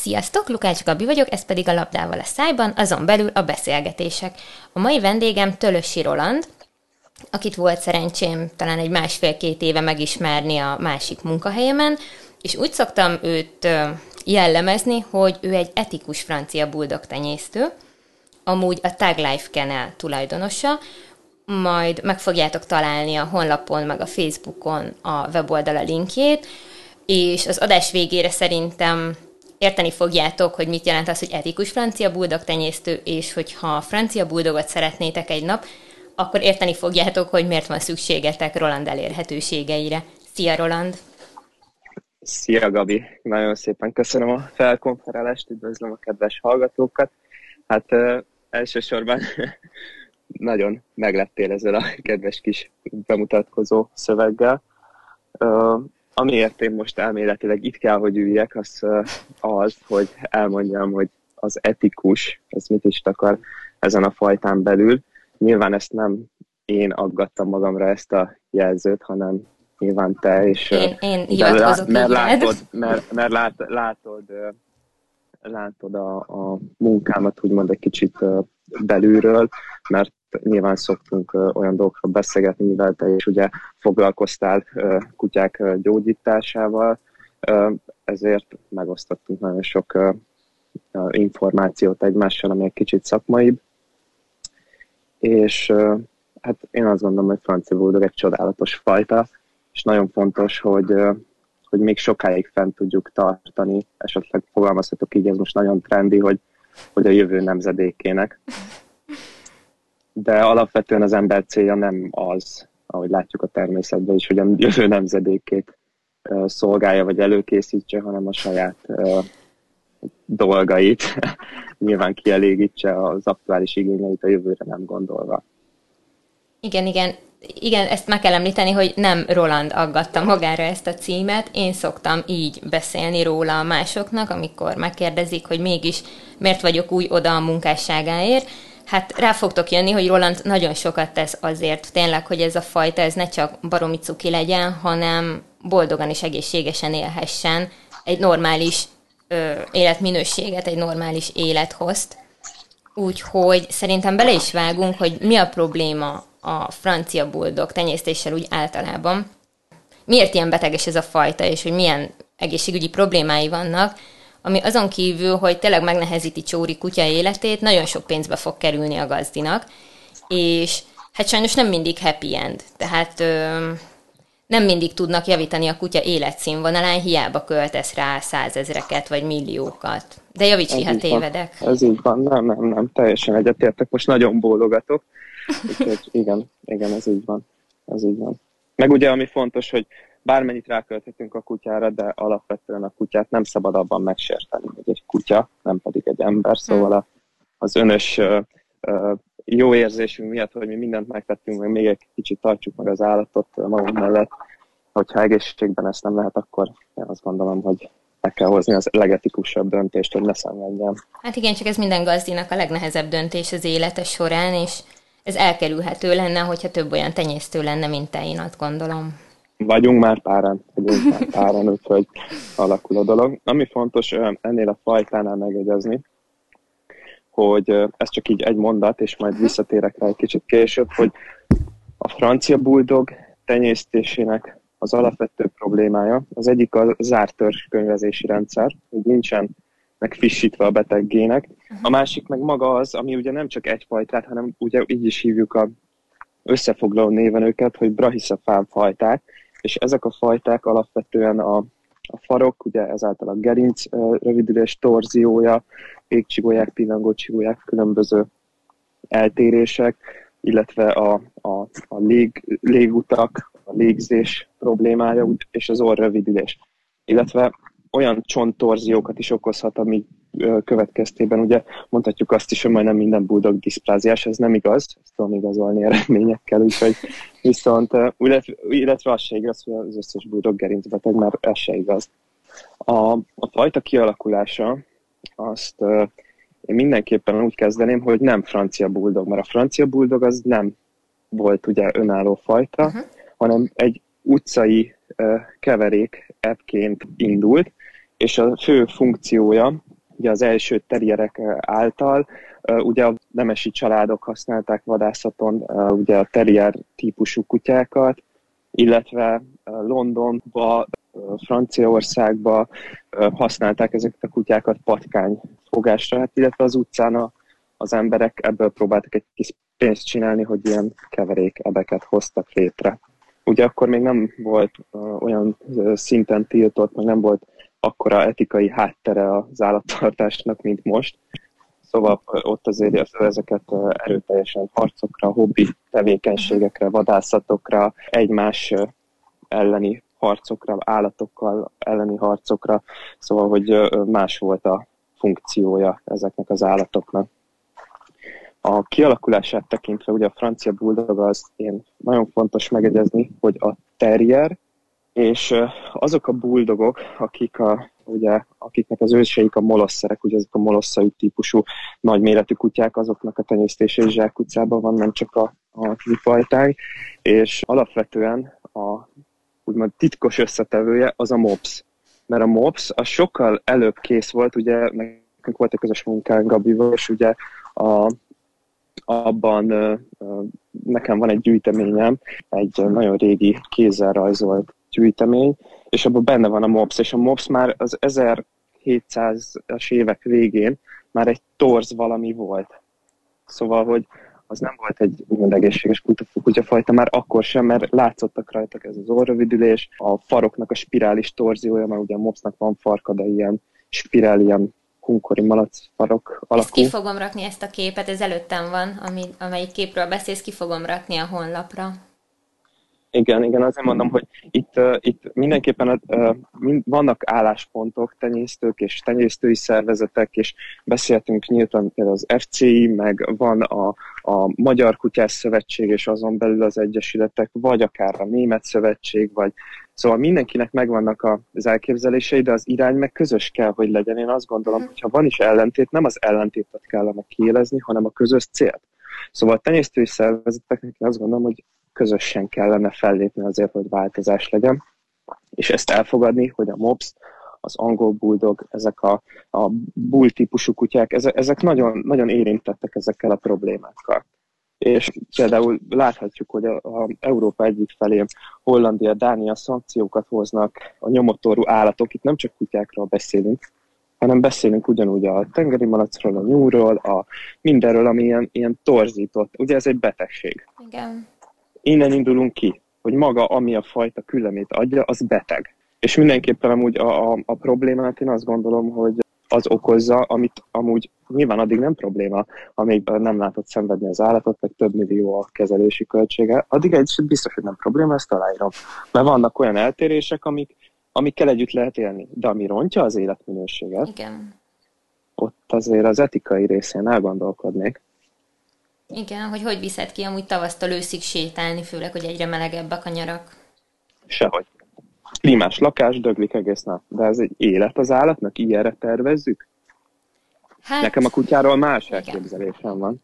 Sziasztok, Lukács Gabi vagyok, ez pedig a Labdával a szájban, azon belül a beszélgetések. A mai vendégem Tölösi Roland, akit volt szerencsém talán egy 1,5-2 éve megismerni a másik munkahelyemen, és úgy szoktam őt jellemezni, hogy ő egy etikus francia bulldog tenyésztő, amúgy a Tag Life Kennel tulajdonosa, majd meg fogjátok találni a honlapon, meg a Facebookon a weboldala linkjét, és az adás végére szerintem érteni fogjátok, hogy mit jelent az, hogy etikus francia bulldog tenyésztő, és hogyha francia bulldogot szeretnétek egy nap, akkor érteni fogjátok, hogy miért van szükségetek Roland elérhetőségeire. Szia, Roland! Szia, Gabi! Nagyon szépen köszönöm a felkonferálást, üdvözlöm a kedves hallgatókat. Hát elsősorban nagyon megleptél ezzel a kedves kis bemutatkozó szöveggel. Amiért én most elméletileg itt kell, hogy üljek, az, hogy elmondjam, hogy az etikus, ez mit is akar ezen a fajtán belül. Nyilván ezt nem én aggattam magamra ezt a jelzőt, hanem nyilván te, és én hivatkozok mert látod a munkámat úgymond egy kicsit belülről, mert nyilván szoktunk olyan dolgokról beszélgetni, mivel te is ugye foglalkoztál kutyák gyógyításával, ezért megosztottunk nagyon sok információt egymással, ami egy kicsit szakmaibb, és hát én azt gondolom, hogy francia bulldog egy csodálatos fajta, és nagyon fontos, hogy még sokáig fent tudjuk tartani, esetleg fogalmazhatok így, ez most nagyon trendi, hogy a jövő nemzedékének. De alapvetően az ember célja nem az, ahogy látjuk a természetben is, hogy a jövő nemzedékét szolgálja vagy előkészítse, hanem a saját dolgait nyilván kielégítse az aktuális igényeit a jövőre nem gondolva. Igen, ezt meg kell említeni, hogy nem Roland aggatta magára ezt a címet, én szoktam így beszélni róla másoknak, amikor megkérdezik, hogy mégis miért vagyok úgy oda a munkásságáért. Hát rá fogtok jönni, hogy Roland nagyon sokat tesz azért tényleg, hogy ez a fajta, ez ne csak baromi cuki legyen, hanem boldogan és egészségesen élhessen, egy normális életminőséget, egy normális élethozt. Úgyhogy szerintem bele is vágunk, hogy mi a probléma a francia bulldog tenyésztéssel úgy általában. Miért ilyen beteges ez a fajta, és hogy milyen egészségügyi problémái vannak, ami azon kívül, hogy tényleg megnehezíti Csóri kutya életét, nagyon sok pénzbe fog kerülni a gazdinak, és hát sajnos nem mindig happy end, tehát nem mindig tudnak javítani a kutya életszínvonalán, hiába költesz rá 100 000-eket vagy milliókat. De javíts ki, ha tévedek. Ez így van, nem, teljesen egyetértek, most nagyon bólogatok, úgyhogy igen, ez így van. Meg ugye, ami fontos, hogy bármennyit rákölthetünk a kutyára, de alapvetően a kutyát nem szabad abban megsérteni, hogy egy kutya, nem pedig egy ember, szóval az önös jó érzésünk miatt, hogy mi mindent megtettünk, meg még egy kicsit tartsuk meg az állatot magunk mellett, hogyha egészségben ezt nem lehet, akkor én azt gondolom, hogy meg kell hozni az legetikusabb döntést, hogy ne szenvedjen. Hát igen, csak ez minden gazdinak a legnehezebb döntés az élete során, és ez elkerülhető lenne, hogyha több olyan tenyésztő lenne, mint te, én azt gondolom. Vagyunk már páran, úgyhogy alakul a dolog. Ami fontos ennél a fajtánál megjegyezni, hogy ez csak így egy mondat, és majd visszatérek rá egy kicsit később, hogy a francia bulldog tenyésztésének az alapvető problémája, az egyik a zárt törzskönyvezési rendszer, hogy nincsen megfissítve a beteg gének. A másik meg maga az, ami ugye nem csak egy fajtát, hanem ugye így is hívjuk a összefoglaló néven őket, hogy Brachycephale fajták, és ezek a fajták alapvetően a farok, ugye ezáltal a gerinc rövidülés torziója, égcsigolyák, pillangócsigolyák, különböző eltérések, illetve a légutak, a légzés problémája, és az orrrövidülés. Illetve olyan csonttorziókat is okozhat, ami következtében ugye mondhatjuk azt is, hogy majdnem minden bulldog diszpláziás, ez nem igaz, ezt tudom igazolni eredményekkel, úgyhogy viszont, illetve az se igaz, hogy az összes bulldog gerincbeteg, mert ez se igaz. A fajta kialakulása, azt én mindenképpen úgy kezdeném, hogy nem francia bulldog, mert a francia bulldog az nem volt ugye önálló fajta, hanem egy utcai keverék ebbként indult, és a fő funkciója ugye az első terrierek által. Ugye a nemesi családok használták vadászaton ugye a terrier típusú kutyákat, illetve Londonba, Franciaországba használták ezeket a kutyákat patkányfogásra, hát, illetve az utcán az emberek ebből próbáltak egy kis pénzt csinálni, hogy ilyen keverékebeket hoztak létre. Ugye akkor még nem volt olyan szinten tiltott, meg nem volt akkora etikai háttere az állattartásnak, mint most. Szóval ott azért ezeket erőteljesen harcokra, hobbi tevékenységekre, vadászatokra, egymás elleni harcokra, állatokkal elleni harcokra, szóval, hogy más volt a funkciója ezeknek az állatoknak. A kialakulását tekintve, ugye a francia bulldog az én nagyon fontos megjegyezni, hogy a terrier, és azok a bulldogok, akiknek az őseik a molosszerek, ugye ezek a molosszai típusú nagyméretű kutyák, azoknak a tenyésztése is zsákutcában van, nem csak a mi fajtánk, és alapvetően a úgymond titkos összetevője az a mops. Mert a mops az sokkal előbb kész volt, ugye nekünk volt egy közös munkánk Gabival, és ugye abban nekem van egy gyűjteményem, egy nagyon régi kézzel rajzolt gyűjtemény, és abban benne van a mops, és a mops már az 1700-as évek végén már egy torz valami volt. Szóval, hogy az nem volt egy úgymond egészséges kutyafajta már akkor sem, mert látszottak rajtak ez az orrövidülés, a faroknak a spirális torziója, mert ugye a mopsnak van farka, de ilyen spirál, ilyen kunkori malacfarok alakú. Ezt ki fogom rakni, ezt a képet, ez előttem van, amelyik képről beszélsz, ki fogom rakni a honlapra. Igen, azért mondom, hogy itt mindenképpen vannak álláspontok, tenyésztők és tenyésztői szervezetek, és beszéltünk nyíltan például az FCI, meg van a Magyar Kutyás Szövetség, és azon belül az egyesületek, vagy akár a Német Szövetség, vagy szóval mindenkinek megvannak az elképzelései, de az irány meg közös kell, hogy legyen. Én azt gondolom, hogy ha van is ellentét, nem az ellentétet kellene kiélezni, hanem a közös célt. Szóval a tenyésztői szervezeteknek én azt gondolom, hogy közösen kellene fellépni azért, hogy változás legyen, és ezt elfogadni, hogy a mops, az angol bulldog, ezek a bull típusú kutyák, ezek nagyon, nagyon érintettek ezekkel a problémákkal. És például láthatjuk, hogy a Európa egyik felén Hollandia, Dánia szankciókat hoznak a nyomottorú állatok, itt nem csak kutyákról beszélünk, hanem beszélünk ugyanúgy a tengeri malacról, a nyúlról, mindenről, ami ilyen torzított. Ugye ez egy betegség. Igen. Innen indulunk ki, hogy maga, ami a fajta küllemét adja, az beteg. És mindenképpen amúgy a problémát én azt gondolom, hogy az okozza, amit amúgy nyilván addig nem probléma, amíg nem látod szenvedni az állatot, meg több millió a kezelési költsége, addig egy biztos, hogy nem probléma, ezt aláírom. Mert vannak olyan eltérések, amikkel együtt lehet élni. De ami rontja az életminőséget, igen, ott azért az etikai részén elgondolkodnék. Igen, hogy viszed ki amúgy tavasztól őszig sétálni, főleg, hogy egyre melegebbek a nyarak. Sehogy. Klímás lakás, döglik egész nap. De ez egy élet az állatnak? Ilyenre tervezzük? Hát, nekem a kutyáról más elképzelésem van.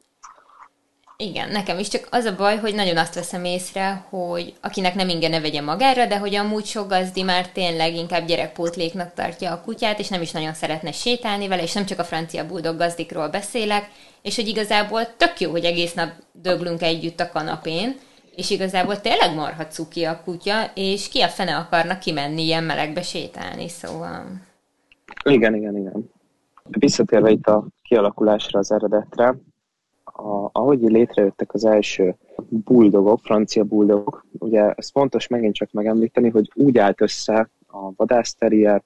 Igen, nekem is, csak az a baj, hogy nagyon azt veszem észre, hogy akinek nem inge, ne vegye magára, de hogy amúgy sok gazdi már tényleg inkább gyerekpótléknak tartja a kutyát, és nem is nagyon szeretne sétálni vele, és nem csak a francia bulldog gazdikról beszélek, és hogy igazából tök jó, hogy egész nap döglünk együtt a kanapén, és igazából tényleg marha cuki a kutya, és ki a fene akarnak kimenni ilyen melegbe sétálni, szóval... Igen. Visszatérve itt a kialakulásra, az eredetre, ahogy létrejöttek az első bulldogok, francia bulldogok, ugye ez fontos megint csak megemlíteni, hogy úgy állt össze a vadászterrier,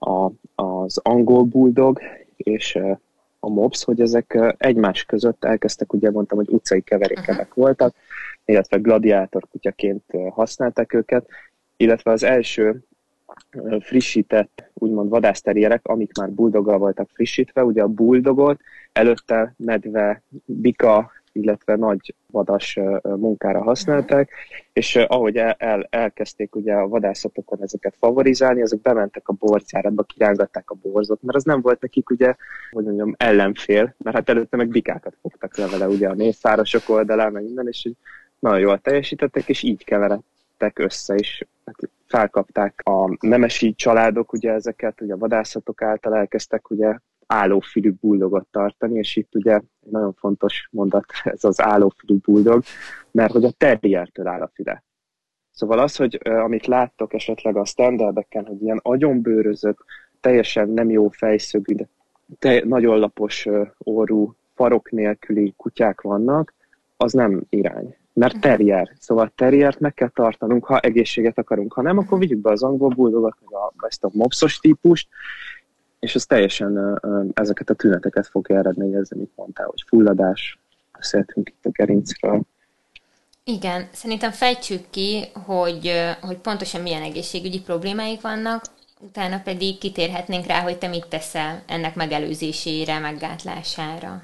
az angol bulldog és a mops, hogy ezek egymás között elkezdtek, ugye mondtam, hogy utcai keverékevek voltak, illetve gladiátor kutyaként használták őket, illetve az első frissített, úgymond vadászterrierek, amik már bulldoggal voltak frissítve, ugye a bulldogot előtte medve, bika, illetve nagy vadas munkára használták, és ahogy elkezdték ugye a vadászatokon ezeket favorizálni, azok bementek a borcjáratba, kirángatták a borzot, mert az nem volt nekik ugye, hogy mondjam, ellenfél, mert hát előtte meg bikákat fogtak le vele ugye a mészárosok oldalán, meg minden, és nagyon jól teljesítettek, és így keveredtek össze, és felkapták a nemesi családok, ugye ezeket, ugye a vadászatok által elkezdtek ugye állófülű buldogot tartani, és itt ugye nagyon fontos mondat ez az állófülű buldog, mert hogy a terriertől áll a füle. Szóval az, hogy amit láttok esetleg a standardeken, hogy ilyen agyonbőrözött, teljesen nem jó fejszögű, de nagyon lapos orrú, farok nélküli kutyák vannak, az nem irány. Mert terrier. Szóval terriert meg kell tartanunk, ha egészséget akarunk. Ha nem, akkor vigyük be az angol buldogot, meg ezt a mopsos típust, és ez teljesen ezeket a tüneteket fogja eredményezni, mint mondtál, hogy fulladás, beszéltünk itt a gerincről. Igen, szerintem fejtsük ki, hogy pontosan milyen egészségügyi problémáik vannak, utána pedig kitérhetnénk rá, hogy te mit teszel ennek megelőzésére, meggátlására.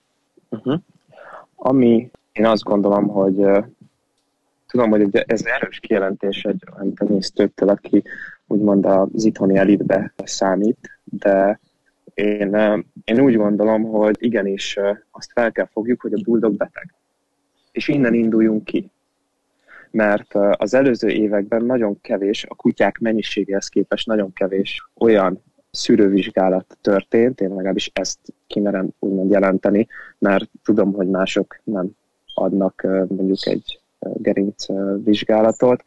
Ami én azt gondolom, hogy tudom, hogy ez erős kijelentés egy tenyésztőtől, aki úgymond az itthoni elitbe számít, de én úgy gondolom, hogy igenis azt fel kell fogjuk, hogy a bulldog beteg. És innen induljunk ki. Mert az előző években nagyon kevés, a kutyák mennyiségéhez képest nagyon kevés olyan szűrővizsgálat történt, én legalábbis ezt kimerem úgymond jelenteni, mert tudom, hogy mások nem adnak mondjuk egy gerinc vizsgálatot.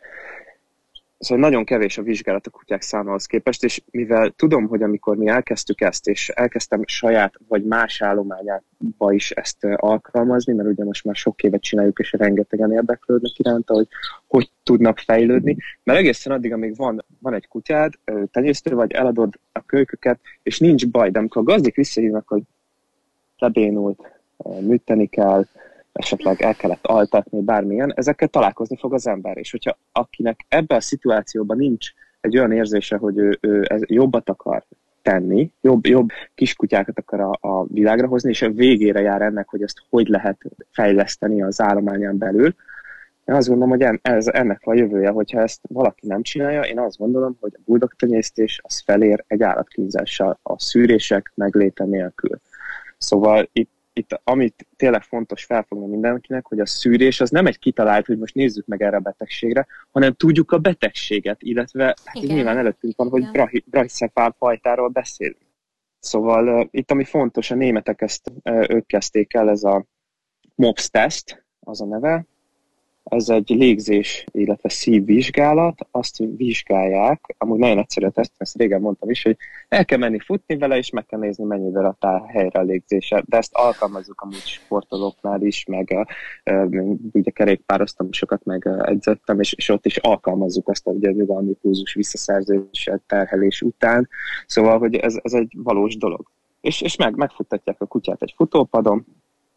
Szóval nagyon kevés a vizsgálat a kutyák számához képest, és mivel tudom, hogy amikor mi elkezdtük ezt, és elkezdtem saját vagy más állományába is ezt alkalmazni, mert ugye most már sok évet csináljuk, és rengetegen érdeklődnek iránta, hogy tudnak fejlődni, mert egészen addig, amíg van egy kutyád, tenyésztő vagy, eladod a kölyköket, és nincs baj, de amikor a gazdik visszahívnak, hogy lebénult, műteni kell, esetleg el kellett altatni, bármilyen, ezekkel találkozni fog az ember. És hogyha akinek ebben a szituációban nincs egy olyan érzése, hogy ő jobbat akar tenni, jobb kiskutyákat akar a világra hozni, és a végére jár ennek, hogy ezt hogy lehet fejleszteni az állományán belül, én azt gondolom, hogy ennek van a jövője, hogyha ezt valaki nem csinálja, én azt gondolom, hogy a bulldog tenyésztés az felér egy állatkínzással, a szűrések megléte nélkül. Szóval itt amit tényleg fontos felfogni mindenkinek, hogy a szűrés az nem egy kitalált, hogy most nézzük meg erre a betegségre, hanem tudjuk a betegséget, illetve hát nyilván előttünk van, hogy Brachycephal fajtáról beszélünk. Szóval itt ami fontos, a németek ők kezdték el, ez a MOPS teszt, az a neve. Ez egy légzés, illetve szívvizsgálat, azt vizsgálják, amúgy nagyon egyszerű a teszt, ezt régen mondtam is, hogy el kell menni futni vele, és meg kell nézni, mennyivel a helyre a légzése, de ezt alkalmazzuk amúgy sportolóknál is, meg ugye kerékpároztam sokat, meg edzettem, és ott is alkalmazzuk azt a ugye nyugalmi pulzus visszaszerzés, terhelés után, szóval, hogy ez egy valós dolog. És megfuttatják a kutyát egy futópadon,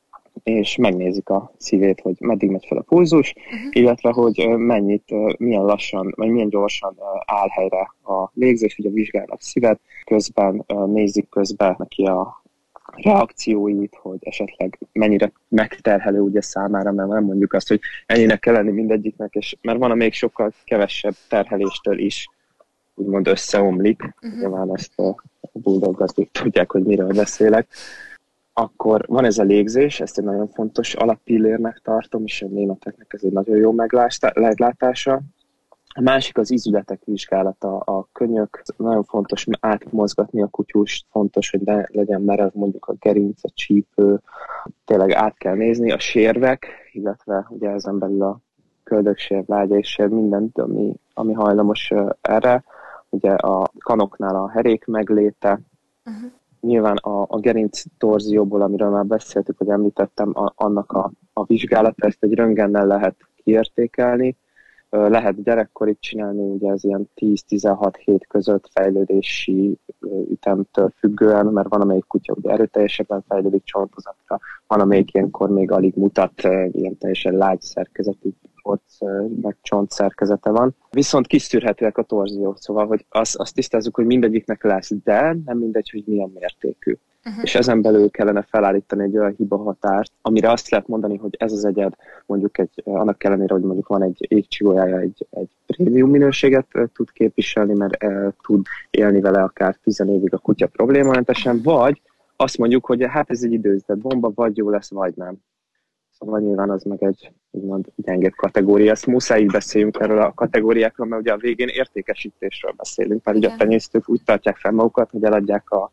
és megnézik a szívét, hogy meddig megy fel a pulzus, illetve hogy milyen lassan, vagy milyen gyorsan áll helyre a légzés, ugye vizsgálnak szívet, közben nézik közben neki a reakcióit, hogy esetleg mennyire megterhelő ugye számára, mert nem mondjuk azt, hogy ennyinek kell lenni mindegyiknek, mert van, még sokkal kevesebb terheléstől is úgymond összeomlik. Nyilván ezt a bulldog gazdik tudják, hogy miről beszélek. Akkor van ez a légzés, ezt egy nagyon fontos alappillérnek tartom, és a németeknek ez egy nagyon jó meglátása. A másik az ízületek vizsgálata, a könyök, nagyon fontos átmozgatni a kutyust, fontos, hogy ne legyen merev mondjuk a gerinc, a csípő, tényleg át kell nézni a sérvek, illetve ugye ezen belül a köldöksér, lágyaisér, mindent, ami hajlamos erre, ugye a kanoknál a herék megléte, nyilván a gerinc torzióból, amiről már beszéltük, hogy említettem, annak a vizsgálata, ezt egy röntgennel lehet kiértékelni. Lehet gyerekkorig csinálni, ugye ez ilyen 10-16 hét között fejlődési ütemtől függően, mert van, amelyik kutya ugye erőteljesebben fejlődik csontozatra, van, amelyik ilyenkor még alig mutat, ilyen teljesen lágy szerkezetű meg csont szerkezete van. Viszont kiszűrhetőek a torziók, szóval hogy azt tisztázzuk, hogy mindegyiknek lesz, de nem mindegy, hogy milyen mértékű. És ezen belül kellene felállítani egy olyan hibahatárt, amire azt lehet mondani, hogy ez az egyed mondjuk annak ellenére, hogy mondjuk van egy égcsigójája, egy prémium minőséget tud képviselni, mert tud élni vele akár 10 évig a kutya problémamentesen, vagy azt mondjuk, hogy hát ez egy időzített bomba, vagy jó lesz, vagy nem. Szóval nyilván az meg egy úgymond gyengébb kategória. Ezt muszáj így beszéljünk erről a kategóriákról, mert ugye a végén értékesítésről beszélünk, mert ugye a tenyésztők úgy tartják fel magukat, hogy eladják a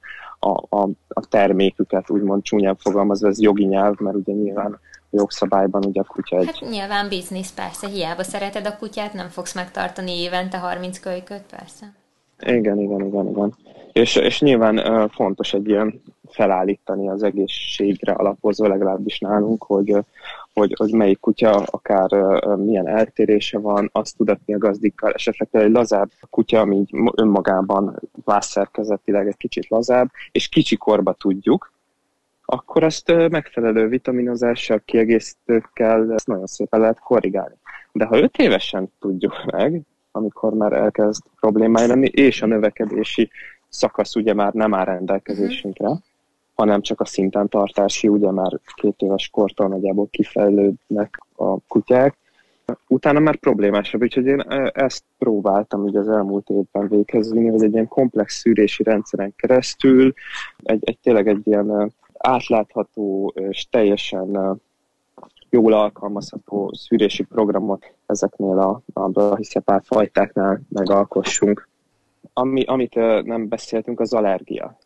a terméküket, úgymond csúnyán fogalmazva, ez jogi nyelv, mert ugye nyilván a jogszabályban ugye a kutya egy... Hát nyilván biznisz, persze, hiába szereted a kutyát, nem fogsz megtartani évente 30 kölyköt, persze. Igen. És nyilván fontos egy ilyen felállítani az egészségre alapozva, legalábbis nálunk, hogy melyik kutya, akár milyen eltérése van, azt tudatni a gazdikkal, esetleg egy lazább kutya, ami önmagában vászszerkezetileg egy kicsit lazább, és kicsi korba tudjuk, akkor azt megfelelő vitaminozással, kiegészítőkkel ezt nagyon szépen lehet korrigálni. De ha 5 évesen tudjuk meg, amikor már elkezd problémája lenni, és a növekedési szakasz ugye már nem áll rendelkezésünkre, hanem csak a szinten tartási, ugye már 2 éves kortól nagyjából kifejlődnek a kutyák, utána már problémásabb, úgyhogy én ezt próbáltam ugye az elmúlt évben végezni, hogy egy ilyen komplex szűrési rendszeren keresztül tényleg egy ilyen átlátható és teljesen jól alkalmazható szűrési programot ezeknél a brachiszepál fajtáknál megalkossunk. Amit nem beszéltünk, az allergia.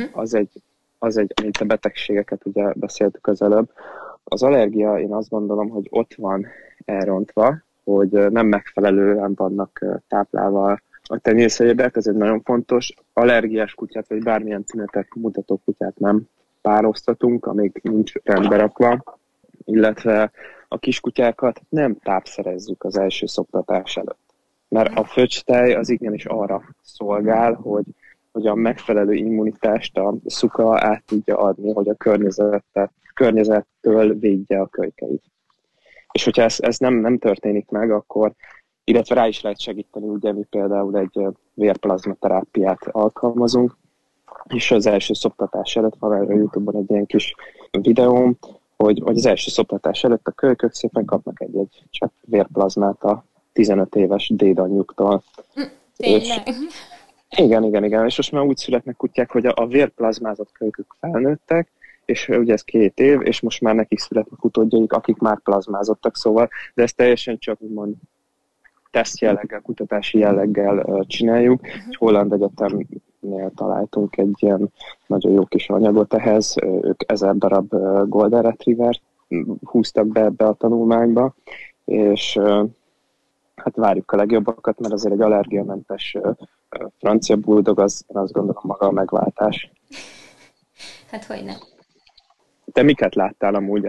Az egy, mint a betegségeket ugye beszéltük az előbb. Az allergia, én azt gondolom, hogy ott van elrontva, hogy nem megfelelően vannak táplálva a tenyészegyedek, ez egy nagyon fontos. Allergiás kutyát, vagy bármilyen tünetek mutató kutyát nem pároztatunk, amíg nincs rendbe rakva, illetve a kiskutyákat nem tápszerezzük az első szoptatás előtt. Mert a föcstej az igenis arra szolgál, hogy a megfelelő immunitást a szuka át tudja adni, hogy a környezettől védje a kölykeit. És hogyha ez nem történik meg, akkor, illetve rá is lehet segíteni, ugye mi például egy vérplazma terápiát alkalmazunk, és az első szoptatás előtt van erre a YouTube-on egy ilyen kis videóm, hogy az első szoptatás előtt a kölykök szépen kapnak egy csepp vérplazmát a 15 éves dédanyjuktól. Tényleg? Igen, és most már úgy születnek kutyák, hogy a vérplazmázott kölykök felnőttek, és ugye ez 2 év, és most már nekik születnek utódjaik, akik már plazmázottak, szóval, de ezt teljesen csak úgymond teszt jelleggel, kutatási jelleggel csináljuk. Egy holland egyetemnél találtunk egy ilyen nagyon jó kis anyagot ehhez, ők 1000 darab Golden Retrievert húztak be ebbe a tanulmányba, és hát várjuk a legjobbakat, mert azért egy allergiamentes francia bulldog, az én azt gondolom maga a megváltás. Hát hogyne. Te miket láttál amúgy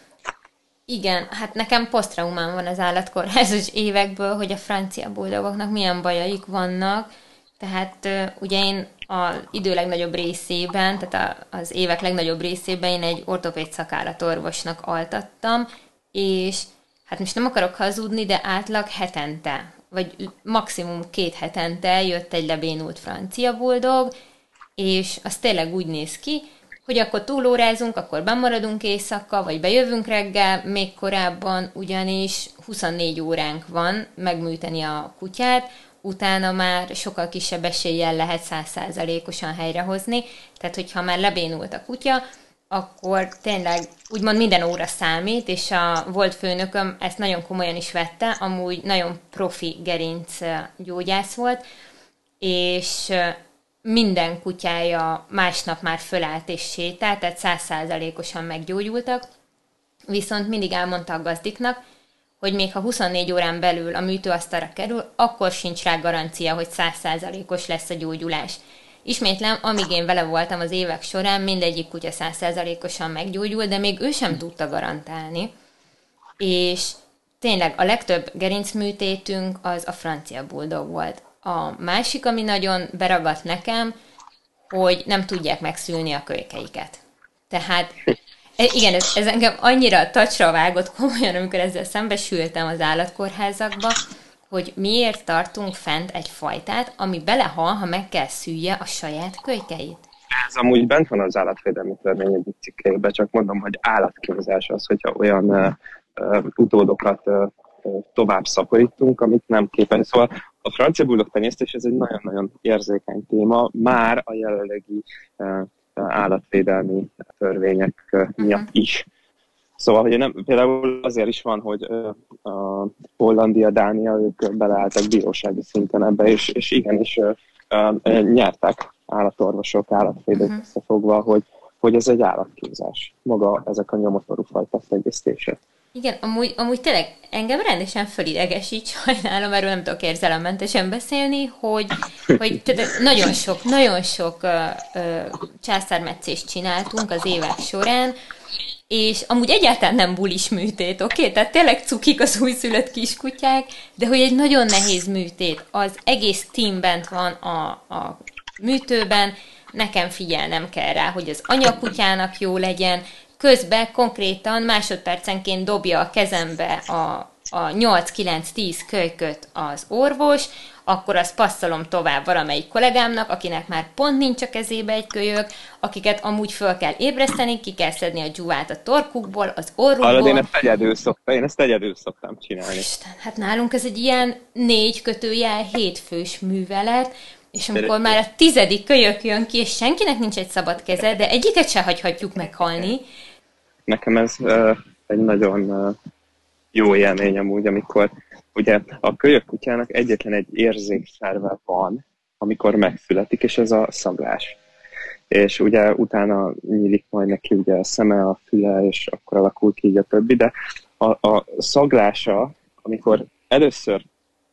Igen, hát nekem posztraumám van az állatkórházas évekből, hogy a francia bulldogoknak milyen bajaik vannak. Tehát ugye én az idő legnagyobb részében, tehát az évek legnagyobb részében én egy ortopéd szakállatorvosnak altattam, és hát most nem akarok hazudni, de átlag hetente, vagy maximum 2 hetente jött egy lebénult francia bulldog, és az tényleg úgy néz ki, hogy akkor túlórázunk, akkor bemaradunk éjszaka, vagy bejövünk reggel, még korábban ugyanis 24 óránk van megműteni a kutyát, utána már sokkal kisebb eséllyel lehet 100%-osan helyrehozni, tehát hogyha már lebénult a kutya, akkor tényleg úgymond minden óra számít, és a volt főnököm ezt nagyon komolyan is vette, amúgy nagyon profi gerinc gyógyász volt, és minden kutyája másnap már fölállt és sétált, tehát 100%-osan meggyógyultak, viszont mindig elmondta a gazdiknak, hogy még ha 24 órán belül a műtőasztalra kerül, akkor sincs rá garancia, hogy 100%-os lesz a gyógyulás. Ismétlem, amíg én vele voltam az évek során, mindegyik kutya 100%-osan meggyógyult, de még ő sem tudta garantálni. És tényleg a legtöbb gerincműtétünk az a francia bulldog volt. A másik, ami nagyon beragadt nekem, hogy nem tudják megszülni a kölykeiket. Tehát igen, ez engem annyira tacsra vágott komolyan, amikor ezzel szembesültem az állatkórházakba, hogy miért tartunk fent egy fajtát, ami belehal, ha meg kell szülje a saját kölykeit. Ez amúgy bent van az állatvédelmi törvény egyik cikkében, csak mondom, hogy állatkínzás az, hogyha olyan utódokat tovább szaporítunk, amit nem képes. Szóval a francia bulldog tenyésztés ez egy nagyon-nagyon érzékeny téma, már a jelenlegi állatvédelmi törvények miatt is. Szóval, hogy nem, például azért is van, hogy a Hollandia, Dánia, ők beleálltak bírósági szinten ebbe, és igenis nyertek állatorvosok, állatvédők összefogva, hogy ez egy állatkínzás. Maga ezek a nyomotorú fajták tenyésztése. Igen, amúgy tényleg engem rendesen fölidegesít, sajnálom, erről nem tudok érzelemmentesen beszélni, hogy nagyon sok császármetszést csináltunk az évek során, és amúgy egyáltalán nem bulis műtét, oké? Tehát tényleg cukik az újszülött kiskutyák, de hogy egy nagyon nehéz műtét, az egész team bent van a műtőben, nekem figyelnem kell rá, hogy az anyakutyának jó legyen, közben konkrétan másodpercenként dobja a kezembe a 8-9-10 kölyköt az orvos, akkor azt passzolom tovább valamelyik kollégámnak, akinek már pont nincs a kezébe egy kölyök, akiket amúgy föl kell ébreszteni, ki kell szedni a dzsúvát a torkukból, az orrukból. Hallod, én ezt egyedül szoktam csinálni. Isten, hát nálunk ez egy ilyen 4/7 fős művelet, és amikor már a 10. kölyök jön ki, és senkinek nincs egy szabad keze, de egyiket se hagyhatjuk meghalni. Nekem ez egy nagyon jó élmény amúgy, amikor ugye a kölyök kutyának egyetlen egy érzékszerve van, amikor megszületik, és ez a szaglás. És ugye utána nyílik majd neki ugye a szeme, a füle, és akkor alakul ki így a többi, de a szaglása, amikor először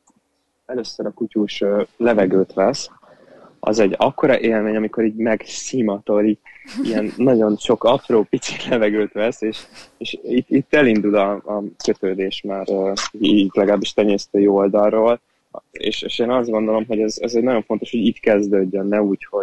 a kutyus levegőt vesz, az egy akkora élmény, amikor így megszimatol, így ilyen nagyon sok apró pici levegőt vesz, és itt elindul a kötődés már így legalábbis tenyésztői oldalról, és én azt gondolom, hogy ez egy nagyon fontos, hogy itt kezdődjön, ne úgy, hogy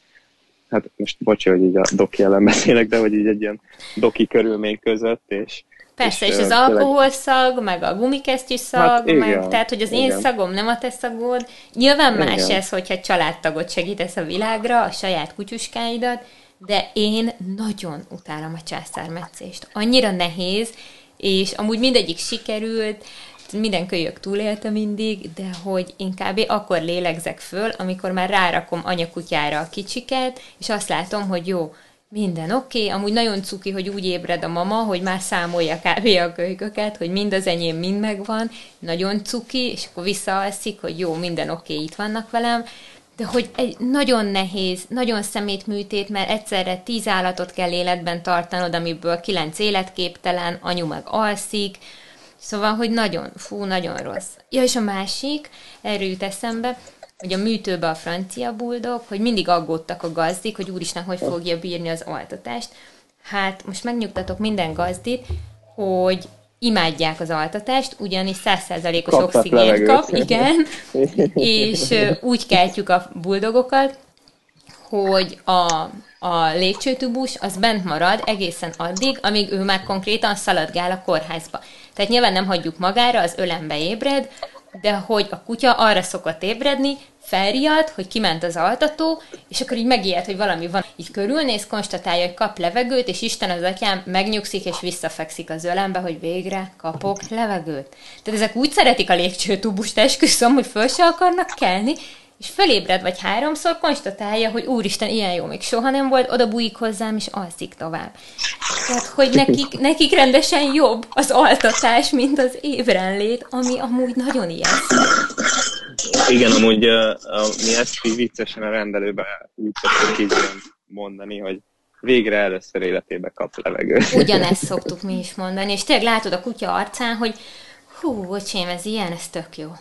hát most bocsi, hogy így a doki ellen beszélek, de hogy így egy ilyen doki körülmény között, és persze, és az alkoholszag, meg a gumikesztyűs szag, hát igen, tehát, hogy az én szagom nem a te szagod. Nyilván más ez, hogyha családtagot segítesz a világra, a saját kutyuskáidat, de én nagyon utálom a császármetszést. Annyira nehéz, és amúgy mindegyik sikerült, minden kölyök túlélte mindig, de hogy én kb. Akkor lélegzek föl, amikor már rárakom anyakutyára a kicsiket, és azt látom, hogy jó, minden oké. Amúgy nagyon cuki, hogy úgy ébred a mama, hogy már számolja kb. A kölyköket, hogy mind az enyém, mind megvan, nagyon cuki, és akkor visszaalszik, hogy jó, minden oké, itt vannak velem, de hogy egy nagyon nehéz, nagyon szemétműtét, mert egyszerre 10 állatot kell életben tartanod, amiből 9 életképtelen, anyu meg alszik, szóval, hogy nagyon rossz. Ja, és a másik, erről jut eszembe, hogy a műtőbe a francia buldog, hogy mindig aggódtak a gazdik, hogy úristen, hogy fogja bírni az altatást. Hát most megnyugtatok minden gazdit, hogy imádják az altatást, ugyanis 100%-os oxigént kap, igen, és úgy keltjük a buldogokat, hogy a légcsőtubus az bent marad egészen addig, amíg ő már konkrétan szaladgál a kórházba. Tehát nyilván nem hagyjuk magára, az ölembe ébred, de hogy a kutya arra szokott ébredni, felriad, hogy kiment az altató, és akkor így megijed, hogy valami van. Így körülnéz, konstatálja, hogy kap levegőt, és Isten az atyám megnyugszik, és visszafekszik az ölembe, hogy végre kapok levegőt. Tehát ezek úgy szeretik a légcsőtubust, esküszöm, hogy föl se akarnak kelni, és fölébred vagy 3-szor, konstatálja, hogy úristen, ilyen jó még soha nem volt, oda bújik hozzám, és alszik tovább. Tehát, hogy nekik rendesen jobb az altatás, mint az ébrenlét, ami amúgy nagyon ijesztő. Igen, amúgy mi ezt így viccesen a rendelőben úgy szoktuk így mondani, hogy végre először életébe kap levegőt. Ugyanezt szoktuk mi is mondani, és tényleg látod a kutya arcán, hogy hú, bocsém, ez ilyen, ez tök jó.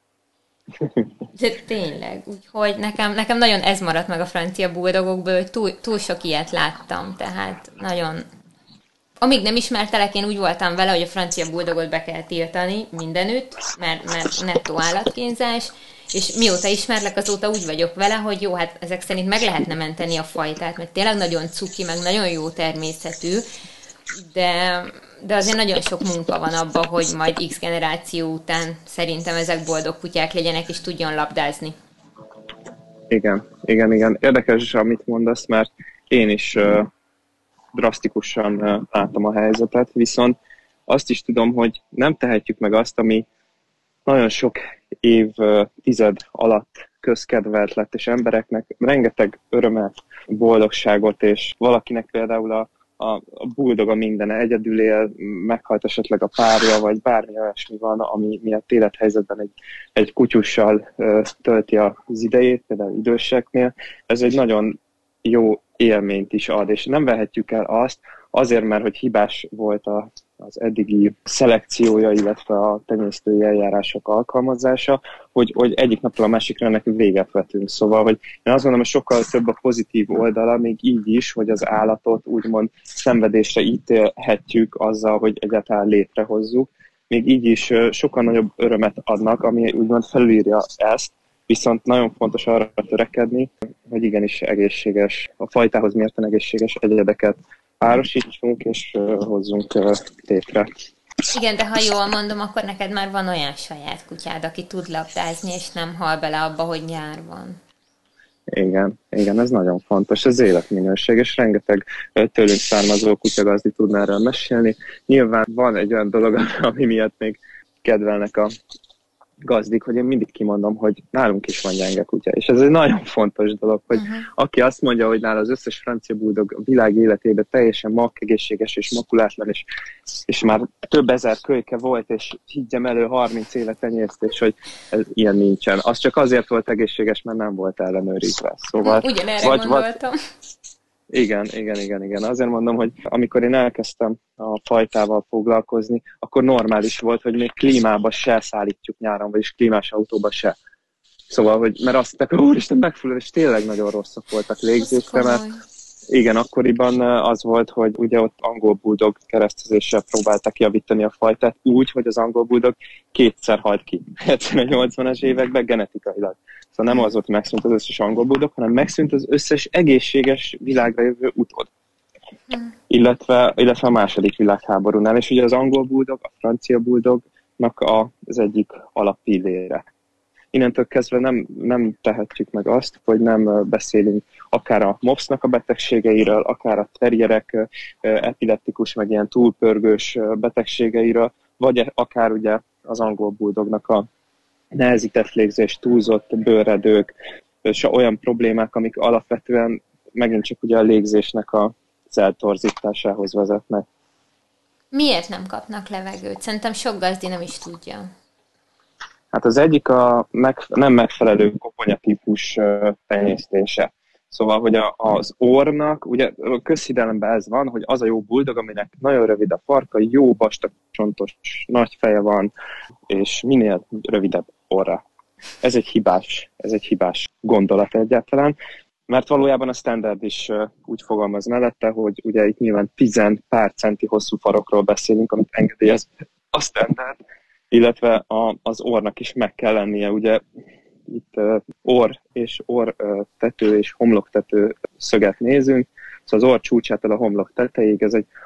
De tényleg, úgyhogy nekem nagyon ez maradt meg a francia buldogokból, hogy túl sok ilyet láttam, tehát nagyon... Amíg nem ismertelek, én úgy voltam vele, hogy a francia buldogot be kell tiltani mindenütt, mert nettó állatkínzás, és mióta ismerlek, azóta úgy vagyok vele, hogy jó, hát ezek szerint meg lehetne menteni a fajtát, mert tényleg nagyon cuki, meg nagyon jó természetű, de azért nagyon sok munka van abban, hogy majd X generáció után szerintem ezek boldog kutyák legyenek, és tudjon labdázni. Igen. Érdekes, amit mondasz, mert én is drasztikusan látom a helyzetet, viszont azt is tudom, hogy nem tehetjük meg azt, ami nagyon sok tized alatt közkedvelt lett, és embereknek rengeteg örömet, boldogságot, és valakinek például a buldog a mindene, egyedül él, meghalt esetleg a párja, vagy bármi olyasmi van, ami miatt élethelyzetben egy kutyussal tölti az idejét, például időseknél. Ez egy nagyon jó élményt is ad, és nem vehetjük el azt, azért, mert hogy hibás volt az eddigi szelekciója, illetve a tenyésztői eljárások alkalmazása, hogy egyik napról a másikra ennek véget vetünk. Szóval, hogy én azt gondolom, hogy sokkal több a pozitív oldala, még így is, hogy az állatot úgymond szenvedésre ítélhetjük azzal, hogy egyáltalán létrehozzuk. Még így is sokkal nagyobb örömet adnak, ami úgymond felülírja ezt, viszont nagyon fontos arra törekedni, hogy igenis egészséges, a fajtához mérten egészséges egyedeket párosítsunk és hozzunk létre. Igen, de ha jól mondom, akkor neked már van olyan saját kutyád, aki tud labdázni, és nem hal bele abba, hogy nyár van. Igen, ez nagyon fontos, ez életminőség, és rengeteg tőlünk származó kutyagazdi tudná erről mesélni. Nyilván van egy olyan dolog, ami miatt még kedvelnek a gazdik, hogy én mindig kimondom, hogy nálunk is van gyenge kutya. És ez egy nagyon fontos dolog, hogy aki azt mondja, hogy nála az összes francia buldog a világ életében teljesen makkegészséges és makulátlan, és már több ezer kölyke volt, és higgyem elő 30 éve tenyésztés, hogy ez ilyen nincsen. Az csak azért volt egészséges, mert nem volt ellenőrizve. Szóval, ugyanerre gondoltam. Igen. Azért mondom, hogy amikor én elkezdtem a fajtával foglalkozni, akkor normális volt, hogy még klímába se szállítjuk nyáron, vagyis klímás autóba se. Szóval, hogy, mert azt mondták, hogy úristen, megfullad, és tényleg nagyon rosszak voltak légzésre, mert igen, akkoriban az volt, hogy ugye ott angol buldog keresztezéssel próbálták javítani a fajtát úgy, hogy az angol buldog kétszer halt ki 70-80-as években genetikailag. Szóval nem az volt, hogy megszűnt az összes angol buldog, hanem megszűnt az összes egészséges világra jövő utód. Illetve a második világháborúnál. És ugye az angol buldog, a francia buldognak az egyik alappillére. Innentől kezdve nem tehetjük meg azt, hogy nem beszélünk akár a mopsnak a betegségeiről, akár a terrierek epileptikus, meg ilyen túlpörgős betegségeiről, vagy akár ugye az angol buldognak a nehezített légzés, túlzott bőrredők, és olyan problémák, amik alapvetően megint csak ugye a légzésnek az eltorzításához vezetnek. Miért nem kapnak levegőt? Szerintem sok gazdi nem is tudja. Hát az egyik a nem megfelelő koponyatípus tenyésztése. Szóval, hogy az orrnak, ugye a közhiedelemben ez van, hogy az a jó buldog, aminek nagyon rövid a farka, jó vastag csontos nagy feje van, és minél rövidebb orra. Ez egy hibás gondolat egyáltalán, mert valójában a standard is úgy fogalmaz mellette, hogy ugye itt nyilván 10 pár centi hosszú farokról beszélünk, amit engedélyez a standard, illetve az orrnak is meg kell lennie, ugye itt orr és orrtető és homloktető szöget nézünk, szóval az orr csúcsától a homlok tetejéig ez egy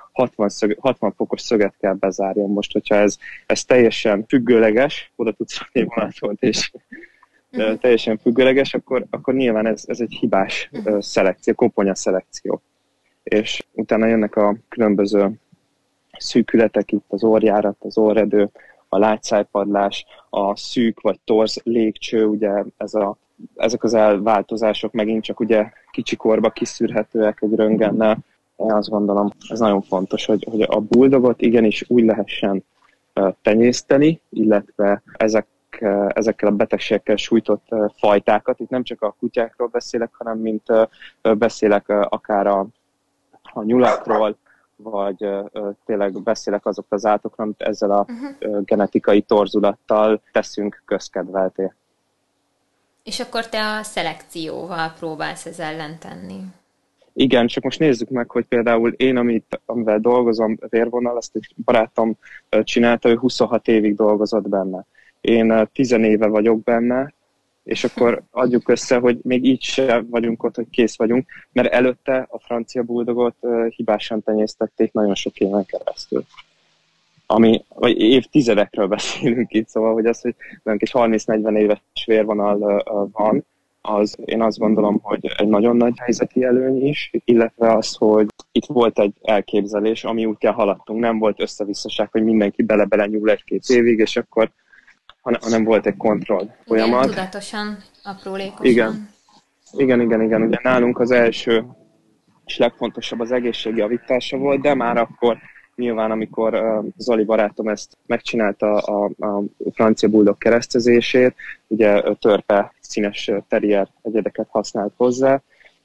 60 fokos szöget kell bezárjon. Most, hogyha ez teljesen függőleges, oda tudsz rakni vonatot, és teljesen függőleges, akkor nyilván ez egy hibás szelekció, koponya szelekció. És utána jönnek a különböző szűkületek, itt az orrjárat, az orredő, a lágyszájpadlás, a szűk vagy torz légcső, ugye ezek az elváltozások megint csak ugye kicsikorba kiszűrhetőek egy röntgennel. Én azt gondolom, ez nagyon fontos, hogy a buldogot igenis úgy lehessen tenyészteni, illetve ezekkel a betegségekkel sújtott fajtákat. Itt nem csak a kutyákról beszélek, hanem mint beszélek akár a nyulakról, vagy tényleg beszélek azokról az állatokról, amit ezzel a genetikai torzulattal teszünk közkedvelté. És akkor te a szelekcióval próbálsz ez ellen tenni? Igen, csak most nézzük meg, hogy például én, amivel dolgozom, vérvonal, azt egy barátom csinálta, ő 26 évig dolgozott benne. Én 10 éve vagyok benne, és akkor adjuk össze, hogy még így se vagyunk ott, hogy kész vagyunk, mert előtte a francia buldogot hibásan tenyésztették nagyon sok éven keresztül. Vagy évtizedekről beszélünk itt, szóval, hogy az, hogy egy 30-40 éves vérvonal van, én azt gondolom, hogy egy nagyon nagy helyzeti előny is, illetve az, hogy itt volt egy elképzelés, ami útján haladtunk, nem volt összevisszaság, hogy mindenki bele nyúl 1-2 évig, és akkor hanem volt egy kontroll folyamat. Igen, tudatosan, aprólékosan. Igen. Ugye nálunk az első és legfontosabb az egészség javítása volt, de már akkor nyilván, amikor Zoli barátom ezt megcsinálta a francia bulldog keresztezését, ugye törpe színes terrier egyedeket használt hozzá,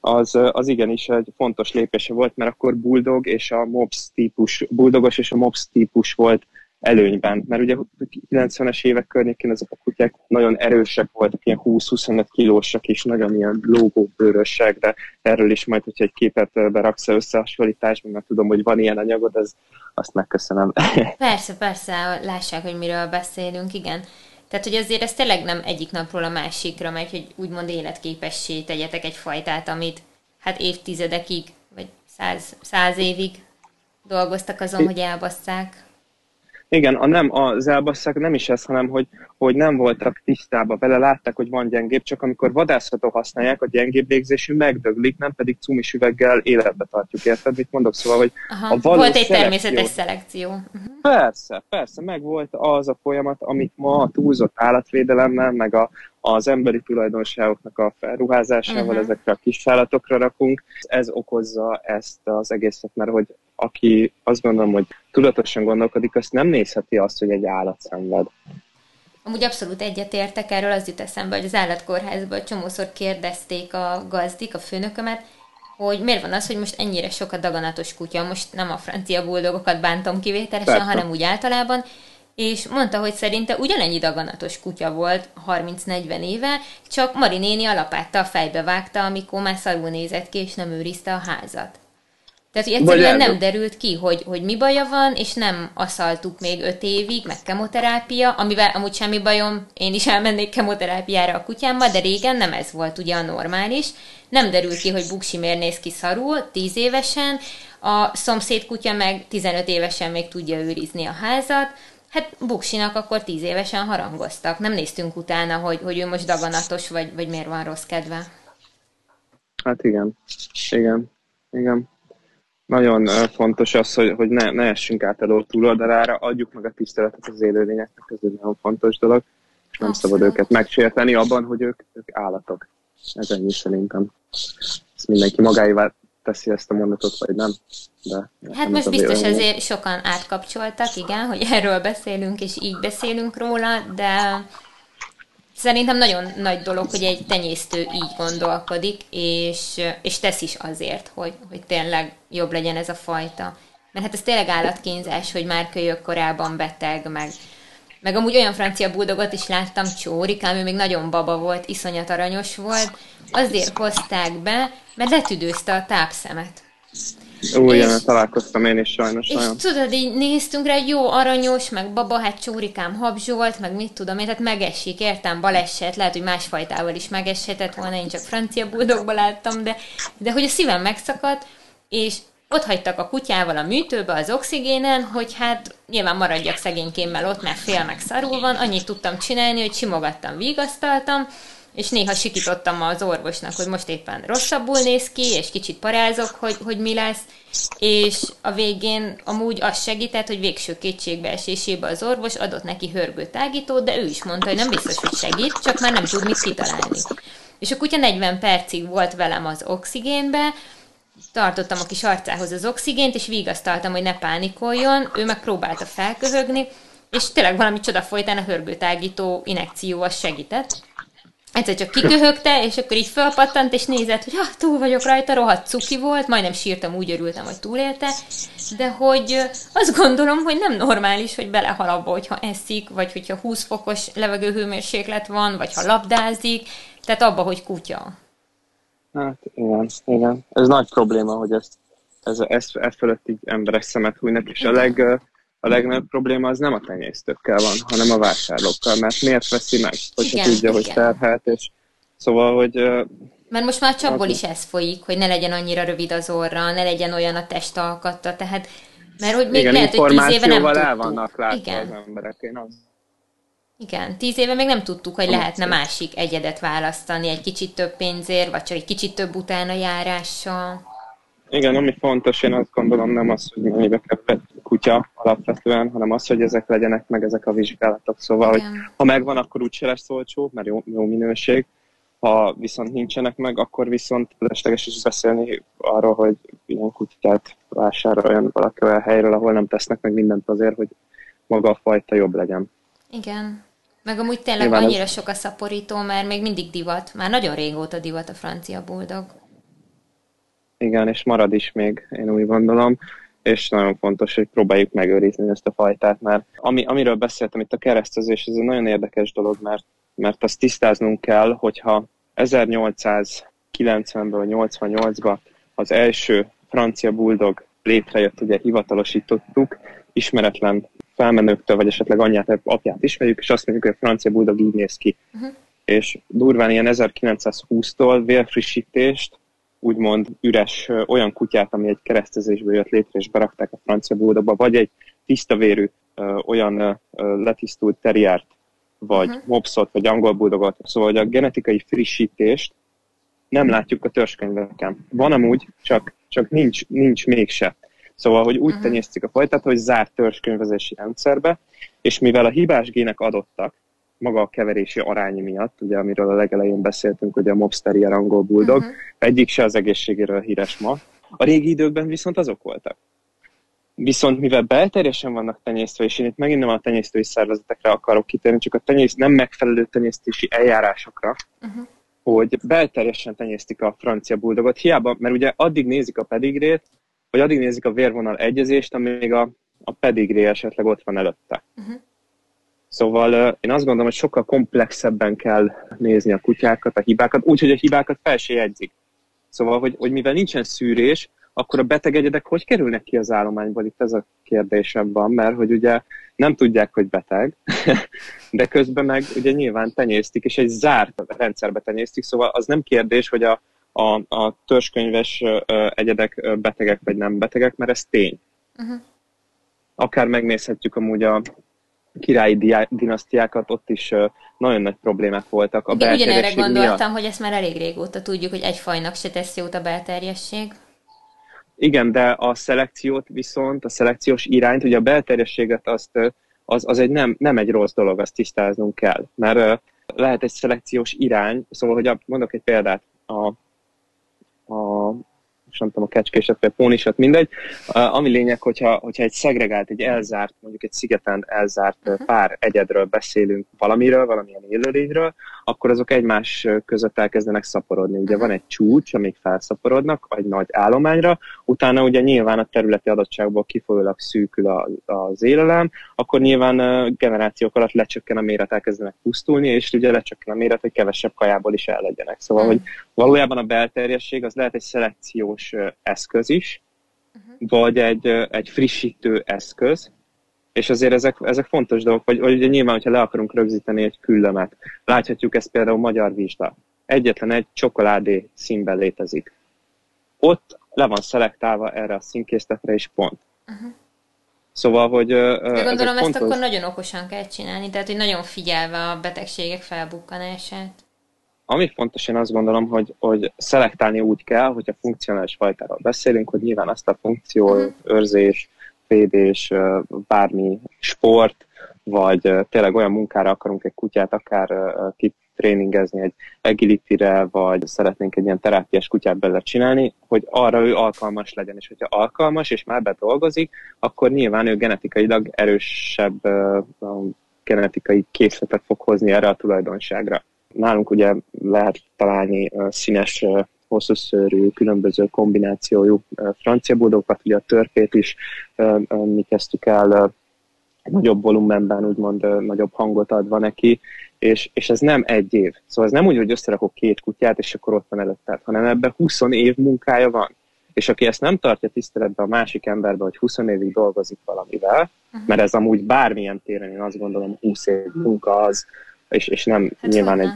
az igenis egy fontos lépése volt, mert akkor bulldog és a mops típus, bulldogos és a mops típus volt előnyben, mert ugye 90-es évek környékén ezek a kutyák nagyon erősek voltak, ilyen 20-25 kilósak és nagyon ilyen lógóbőrösek, de erről is majd, hogyha egy képet beraksz összehasonlításban, mert tudom, hogy van ilyen anyagod, azt megköszönöm. Persze, persze, lássák, hogy miről beszélünk, igen. Tehát, hogy azért ez tényleg nem egyik napról a másikra megy, hogy úgymond életképessé tegyetek egy fajtát, amit hát évtizedekig, vagy 100 évig dolgoztak azon, hogy elbasszák. Igen, az elbasszák nem is ez, hanem hogy nem voltak tisztában vele, látták, hogy van gyengébb, csak amikor vadászatra használják, a gyengébb végzésű megdöglik, nem pedig cumis üveggel életbe tartjuk, érted? Mit mondok? Szóval, hogy aha, volt egy természetes szelekció. Persze, meg volt az a folyamat, amit ma a túlzott állatvédelemmel, meg az emberi tulajdonságoknak a felruházásával ezekre a kis állatokra rakunk. Ez okozza ezt az egészet, mert hogy aki azt gondolom, hogy tudatosan gondolkodik, azt nem nézheti azt, hogy egy állat szenved. Amúgy abszolút egyetértek, erről az jut eszembe, hogy az állatkórházban csomószor kérdezték a gazdik, a főnökömet, hogy miért van az, hogy most ennyire sok a daganatos kutya, most nem a francia buldogokat bántom kivételesen, hanem úgy általában, és mondta, hogy szerinte ugyanennyi daganatos kutya volt 30-40 éve, csak Mari néni a lapáttal fejbe vágta, amikor már szarul nézett ki, és nem őrizte a házat. Tehát, hogy egyszerűen nem derült ki, hogy mi baja van, és nem asszaltuk még 5 évig, meg kemoterápia, amivel amúgy semmi bajom, én is elmennék kemoterápiára a kutyámmal, de régen nem ez volt ugye a normális. Nem derült ki, hogy Buksi miért néz ki szarul, 10 évesen, a szomszéd kutya meg 15 évesen még tudja őrizni a házat. Hát Buksinak akkor 10 évesen harangoztak. Nem néztünk utána, hogy ő most daganatos, vagy miért van rossz kedve. Hát igen. Nagyon fontos az, hogy ne essünk át a ló túloldalára, adjuk meg a tiszteletet az élőlényeknek, ez egy nagyon fontos dolog, és nem szabad őket megsérteni abban, hogy ők állatok. Ez ennyi szerintem. Ezt mindenki magáévá teszi ezt a mondatot, vagy nem. De hát most biztos ezért sokan átkapcsoltak, igen, hogy erről beszélünk, és így beszélünk róla, de szerintem nagyon nagy dolog, hogy egy tenyésztő így gondolkodik, és tesz is azért, hogy tényleg jobb legyen ez a fajta. Mert hát ez tényleg állatkínzás, hogy már kölyök korában beteg, meg amúgy olyan francia buldogot is láttam, Csórikám, ő még nagyon baba volt, iszonyat aranyos volt, azért hozták be, mert letüdőzte a tápszemet. Igen, találkoztam én is sajnos. És nagyon. Tudod, így néztünk rá, jó aranyos, meg baba, hát Csórikám habzsolt, meg mit tudom én, tehát megesik, értem, baleset, lehet, hogy másfajtával is megeshetett volna, én csak francia buldogba láttam, de hogy a szívem megszakadt, és ott hagytak a kutyával a műtőbe az oxigénen, hogy hát nyilván maradjak szegénykémmel ott, mert fél meg szarul van, annyit tudtam csinálni, hogy simogattam, vigasztaltam, és néha sikítottam az orvosnak, hogy most éppen rosszabbul néz ki, és kicsit parázok, hogy mi lesz, és a végén amúgy az segített, hogy végső kétségbeesésébe az orvos adott neki hörgőtágítót, de ő is mondta, hogy nem biztos, hogy segít, csak már nem tud mit kitalálni. És a kutya 40 percig volt velem az oxigénbe, tartottam a kis arcához az oxigént, és vigasztaltam, hogy ne pánikoljon, ő meg próbálta felköhögni, és tényleg valami csoda folytán a hörgőtágító injekció az segített. Egyszer csak kiköhögte, és akkor így felpattant, és nézett, hogy túl vagyok rajta, rohadt cuki volt, majdnem sírtam, úgy örültem, hogy túlélte, de hogy azt gondolom, hogy nem normális, hogy belehal abba, hogyha eszik, vagy hogyha 20 fokos levegőhőmérséklet van, vagy ha labdázik, tehát abba, hogy kutya. Hát igen. Ez nagy probléma, hogy ezt fölött így emberek szemet hújnak, és a legnagyobb probléma az nem a tenyésztőkkel van, hanem a vásárlókkal, mert miért veszi meg, hogyha tudja, hogy terhelt, és szóval, hogy... Mert most már csapból is ez folyik, hogy ne legyen annyira rövid az orra, ne legyen olyan a testalkata, tehát, mert hogy még igen, lehet, hogy 10 éve nem tudtuk. El vannak látva az emberek, Igen, 10 éve még nem tudtuk, hogy lehetne másik egyedet választani, egy kicsit több pénzért, vagy csak egy kicsit több utána járással. Igen, ami fontos, én azt gondolom, nem az, hogy mennyibe kell kutya alapvetően, hanem az, hogy ezek legyenek meg ezek a vizsgálatok. Szóval, igen. Hogy ha megvan, akkor úgyse lesz olcsó, mert jó minőség. Ha viszont nincsenek meg, akkor viszont felesleges is beszélni arról, hogy ilyen kutyát vásároljon valaki olyan helyről, ahol nem tesznek meg mindent azért, hogy maga a fajta jobb legyen. Igen. Meg amúgy tényleg Nyilván annyira sok a szaporító, mert még mindig divat. Már nagyon régóta divat a francia buldog. Igen, és marad is még, én úgy gondolom, és nagyon fontos, hogy próbáljuk megőrizni ezt a fajtát, mert amiről beszéltem itt a keresztezés, ez egy nagyon érdekes dolog, mert azt tisztáznunk kell, hogyha 1890-ben vagy 88-ban az első francia buldog létrejött, ugye hivatalosítottuk, ismeretlen felmenőktől, vagy esetleg anyját, apját ismerjük, és azt mondjuk, hogy a francia buldog így néz ki. És durván ilyen 1920-tól vérfrissítést, úgymond üres olyan kutyát, ami egy keresztezésből jött létre, és berakták a francia buldogba, vagy egy tisztavérű olyan letisztult terriert, vagy mopszot, vagy angol buldogot. Szóval, hogy a genetikai frissítést nem látjuk a törzskönyveken. Van amúgy, csak nincs mégse. Szóval, hogy úgy tenyésztik a fajtát, hogy zárt törzskönyvezési rendszerbe, és mivel a hibás gének adottak, maga a keverési arány miatt, ugye amiről a legelején beszéltünk, hogy a Mops Terrier angol bulldog, egyik se az egészségéről híres ma. A régi időkben viszont azok voltak. Viszont mivel belterjesen vannak tenyésztve, és én itt megint nem a tenyésztői szervezetekre akarok kitérni, csak a nem megfelelő tenyésztési eljárásokra, hogy belterjesen tenyésztik a francia bulldogot, hiába, mert ugye addig nézik a pedigrét, vagy addig nézik a vérvonal egyezést, amíg a pedigré esetleg ott van előtte. Szóval én azt gondolom, hogy sokkal komplexebben kell nézni a kutyákat, a hibákat, úgyhogy a hibákat fel se jegyzik. Szóval, hogy mivel nincsen szűrés, akkor a beteg egyedek hogy kerülnek ki az állományból? Itt ez a kérdésem van, mert hogy ugye nem tudják, hogy beteg, de közben meg ugye nyilván tenyésztik, és egy zárt rendszerbe tenyésztik, szóval az nem kérdés, hogy a törzskönyves egyedek betegek vagy nem betegek, mert ez tény. Akár megnézhetjük amúgy a királyi dinasztiákat, ott is nagyon nagy problémák voltak. Igen, ugyanerre gondoltam, hogy ezt már elég régóta tudjuk, hogy egy fajnak se tesz jót a belterjesség. Igen, de a szelekciót viszont, a szelekciós irányt, ugye a belterjességet az egy nem egy rossz dolog, azt tisztáznunk kell. Mert lehet egy szelekciós irány, szóval, hogy mondok egy példát, nem tudom, a kecskéset, vagy a pónisat, mindegy. Ami lényeg, hogyha egy szegregált, egy elzárt, mondjuk egy szigeten elzárt pár egyedről beszélünk valamiről, valamilyen élőlényről, akkor azok egymás között elkezdenek szaporodni. Ugye van egy csúcs, amíg felszaporodnak egy nagy állományra, utána ugye nyilván a területi adottságból kifolyólag szűkül az élelem, akkor nyilván generációk alatt lecsökken a méret, elkezdenek pusztulni, és ugye lecsökken a méret, hogy kevesebb kajából is ellegyenek. Szóval, hogy valójában a belterjesség az lehet egy szelekciós eszköz is, vagy egy frissítő eszköz, és azért ezek fontos dolgok, vagy ugye nyilván, hogyha le akarunk rögzíteni egy küllemet. Láthatjuk ezt például magyar vizsla. Egyetlen egy csokoládé színben létezik. Ott le van szelektálva erre a színkészletre, és pont. Szóval, hogy de gondolom ezt akkor nagyon okosan kell csinálni, tehát hogy nagyon figyelve a betegségek felbukkanását. Ami fontos, én azt gondolom, hogy szelektálni úgy kell, hogyha funkcionális fajtáról beszélünk, hogy nyilván azt a funkció, őrzés, védés, bármi sport, vagy tényleg olyan munkára akarunk egy kutyát akár kitréningezni egy agility-re, vagy szeretnénk egy ilyen terápiás kutyát belőle csinálni, hogy arra ő alkalmas legyen. És hogyha alkalmas, és már bedolgozik, akkor nyilván ő genetikailag erősebb genetikai készletet fog hozni erre a tulajdonságra. Nálunk ugye lehet találni színes, hosszúszőrű, különböző kombinációjú francia buldogokat, ugye a törpét is mi kezdtük el nagyobb volumenben, úgymond nagyobb hangot adva neki, és ez nem egy év. Szóval ez nem úgy, hogy összerakok két kutyát, és akkor ott van előtte, hanem ebben 20 év munkája van. És aki ezt nem tartja tiszteletbe a másik emberbe, hogy 20 évig dolgozik valamivel, mert ez amúgy bármilyen téren, én azt gondolom, 20 év munka az, és nem nyilván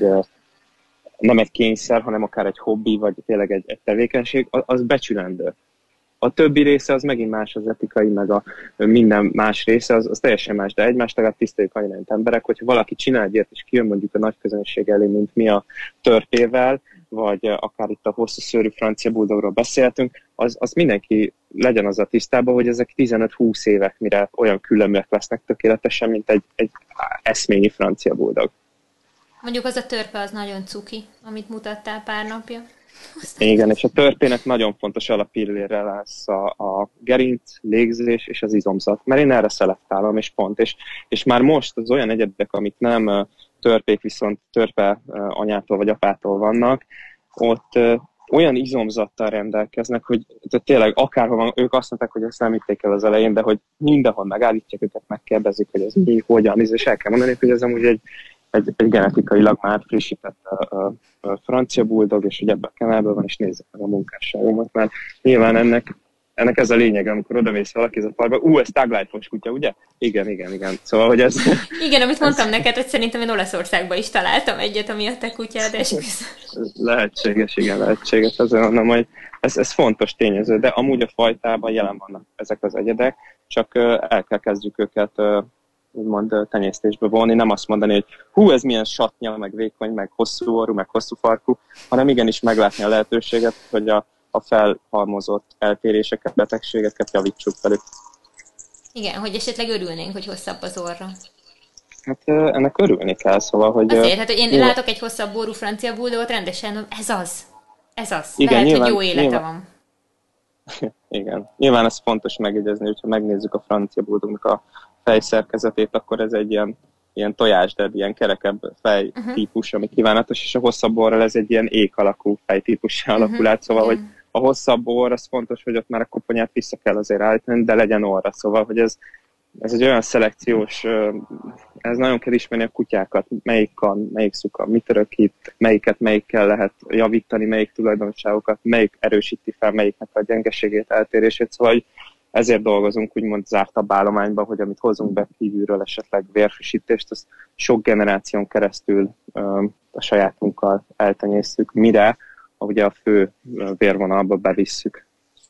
nem egy kényszer, hanem akár egy hobbi, vagy tényleg egy tevékenység, az becsülendő. A többi része az megint más, az etikai, meg a minden más része, az teljesen más, de egymást legalább tiszteljük annyira, mint emberek, hogyha valaki csinál egy ilyet, és kijön mondjuk a nagy közönség elé, mint mi a törpével, vagy akár itt a hosszú szőrű francia buldogról beszéltünk, az mindenki legyen az a tisztában, hogy ezek 15-20 évek, mire olyan különbözőek lesznek tökéletesen, mint egy eszményi francia buldog. Mondjuk az a törpe az nagyon cuki, amit mutattál pár napja. Igen, és a törpének nagyon fontos alapillére lesz a gerinc, légzés és az izomzat, mert én erre szelektálom, és pont. És már most az olyan egyedek, amik nem törpék, viszont törpe anyától vagy apától vannak, ott olyan izomzattal rendelkeznek, hogy tényleg akárhol ők azt mondták, hogy ezt nem hitték el az elején, de hogy mindenhol megállítják őket, megkérdezik, hogy ez mi, hogyan, és el kell mondani, hogy ez amúgy egy genetikailag már frissített a francia bulldog, és hogy ebben a kanálban van, és nézzük meg a munkásságomat, mert nyilván ennek ez a lényege, amikor odamész valaki a parkba, ez tag life-os kutya, ugye? Igen. Szóval, hogy ez... Igen, amit mondtam neked, hogy szerintem én Olaszországban is találtam egyet, ami a te kutyád, és lehetséges, azért mondom, hogy ez fontos tényező, de amúgy a fajtában jelen vannak ezek az egyedek, csak el kell kezdjük őket úgymond tenyésztésbe vonni, nem azt mondani, hogy ez milyen satnya, meg vékony, meg hosszú orrú, meg hosszú farkú, hanem igenis meglátni a lehetőséget, hogy a felhalmozott eltéréseket, betegségeket javítsuk velük. Igen, hogy esetleg örülnénk, hogy hosszabb az orra. Hát ennek örülni kell, szóval, hogy... Azért, hát hogy én látok egy hosszabb orrú francia bulldogot, rendesen, ez az. Igen, lehet, nyilván, hogy jó élete van. Igen. Nyilván ez fontos megjegyezni, hogyha megnézzük a francia bulldognak a fejszerkezetét, akkor ez egy ilyen tojásded, ilyen kerekebb fejtípus, ami kívánatos, és a hosszabb orral ez egy ilyen ék alakú fejtípussá alakul át, szóval, hogy a hosszabb orr, az fontos, hogy ott már a koponyát vissza kell azért állítani, de legyen orra, szóval, hogy ez egy olyan szelekciós, ez nagyon kell ismerni a kutyákat, melyik kan, melyik szuka, mit örökít, melyikkel lehet javítani, melyik tulajdonságokat, melyik erősíti fel, melyiknek a gyengeségét, eltérését, szóval, hogy ezért dolgozunk úgymond zártabb állományban, hogy amit hozunk be kívülről, esetleg vérfrissítést, azt sok generáción keresztül a sajátunkkal eltenyésztük, mire ugye a fő vérvonalba bevisszük.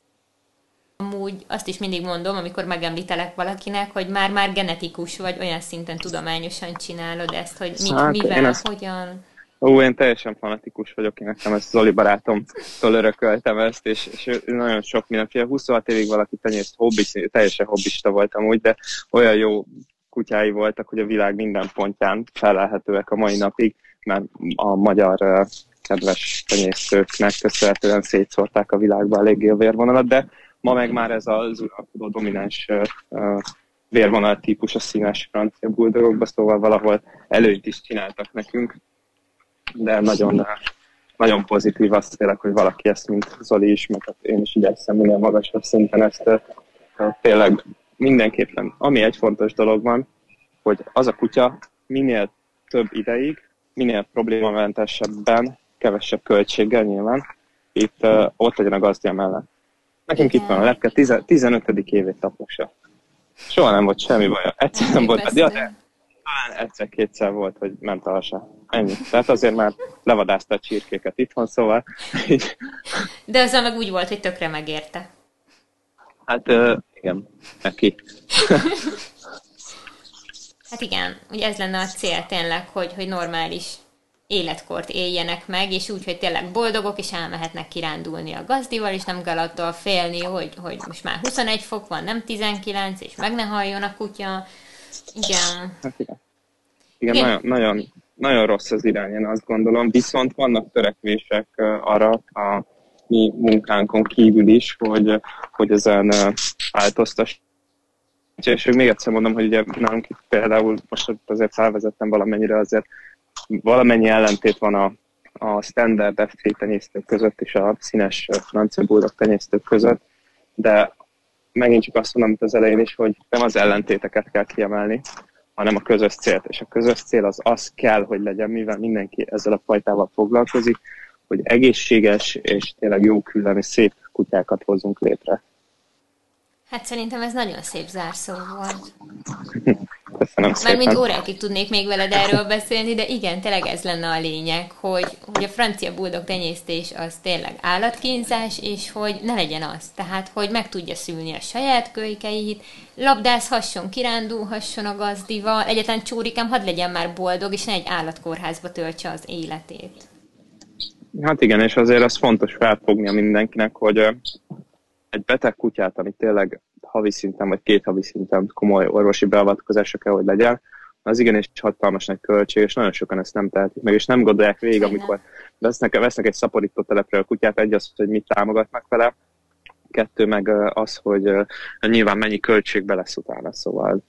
Amúgy azt is mindig mondom, amikor megemlítelek valakinek, hogy már genetikus vagy, olyan szinten tudományosan csinálod ezt, hogy mivel, hogyan... Én teljesen fanatikus vagyok, én nekem ezt Zoli barátomtól örököltem ezt, és nagyon sok mindenféle, 26 évig valaki tenyészt, teljesen hobbista voltam úgy, de olyan jó kutyái voltak, hogy a világ minden pontján felelhetőek a mai napig, mert a magyar kedves tenyésztőknek köszönhetően szétszórták a világba eléggé a vérvonalat, de ma meg már ez az uralkodó domináns vérvonal típus a színes francia bulldogokba, szóval valahol előnyt is csináltak nekünk, de nagyon, nagyon pozitív azt tényleg, hogy valaki ezt, mint Zoli is, meg én is igyekszem minél magasabb szinten ezt tényleg mindenképpen. Ami egy fontos dolog van, hogy az a kutya minél több ideig, minél problémamentesebben, kevesebb költséggel nyilván, itt ott legyen a gazdja mellett. Nekünk itt van a lepke, 15. évét tapossa. Soha nem volt semmi baja. Egyszer nem volt, de talán egyszer-kétszer volt, hogy ment a hasa. Ennyi. Tehát azért már levadázta a csirkéket itthon, szóval... De azzal meg úgy volt, hogy tökre megérte. Hát igen, neki. Hát igen, ugye ez lenne a cél tényleg, hogy normális életkort éljenek meg, és úgy, hogy tényleg boldogok, és elmehetnek kirándulni a gazdival, és nem kell attól félni, hogy most már 21 fok van, nem 19, és meg ne halljon a kutya. Igen. Hát igen, nagyon rossz az irány, én azt gondolom, viszont vannak törekvések arra a mi munkánkon kívül is, hogy ezen változtass. És még egyszer mondom, hogy ugye nálunk itt például most azért felvezettem valamennyire, azért valamennyi ellentét van a standard FC tenyésztők között és a színes francia bulldog tenyésztők között, de megint csak azt mondom, az elején is, hogy nem az ellentéteket kell kiemelni, hanem a közös célt. És a közös cél az kell, hogy legyen, mivel mindenki ezzel a fajtával foglalkozik, hogy egészséges és tényleg jó külön és szép kutyákat hozzunk létre. Hát szerintem ez nagyon szép zárszó volt. Köszönöm szépen. Mármint órákig tudnék még veled erről beszélni, de igen, tényleg ez lenne a lényeg, hogy a francia bulldog tenyésztés az tényleg állatkínzás, és hogy ne legyen az. Tehát, hogy meg tudja szülni a saját kölykeit, labdázhasson, kirándulhasson a gazdival, egyáltalán csórikám, hadd legyen már boldog, és ne egy állatkórházba töltse az életét. Hát igen, és azért az fontos felfognia mindenkinek, hogy egy beteg kutyát, ami tényleg havi szinten vagy 2 havi szinten komoly orvosi beavatkozása kell, hogy legyen, az igenis hatalmas nagy költség, és nagyon sokan ezt nem tehetik meg, és nem gondolják végig, amikor vesznek egy szaporító telepről a kutyát, egy az, hogy mit támogatnak vele, kettő meg az, hogy nyilván mennyi költségbe lesz utána, szóval.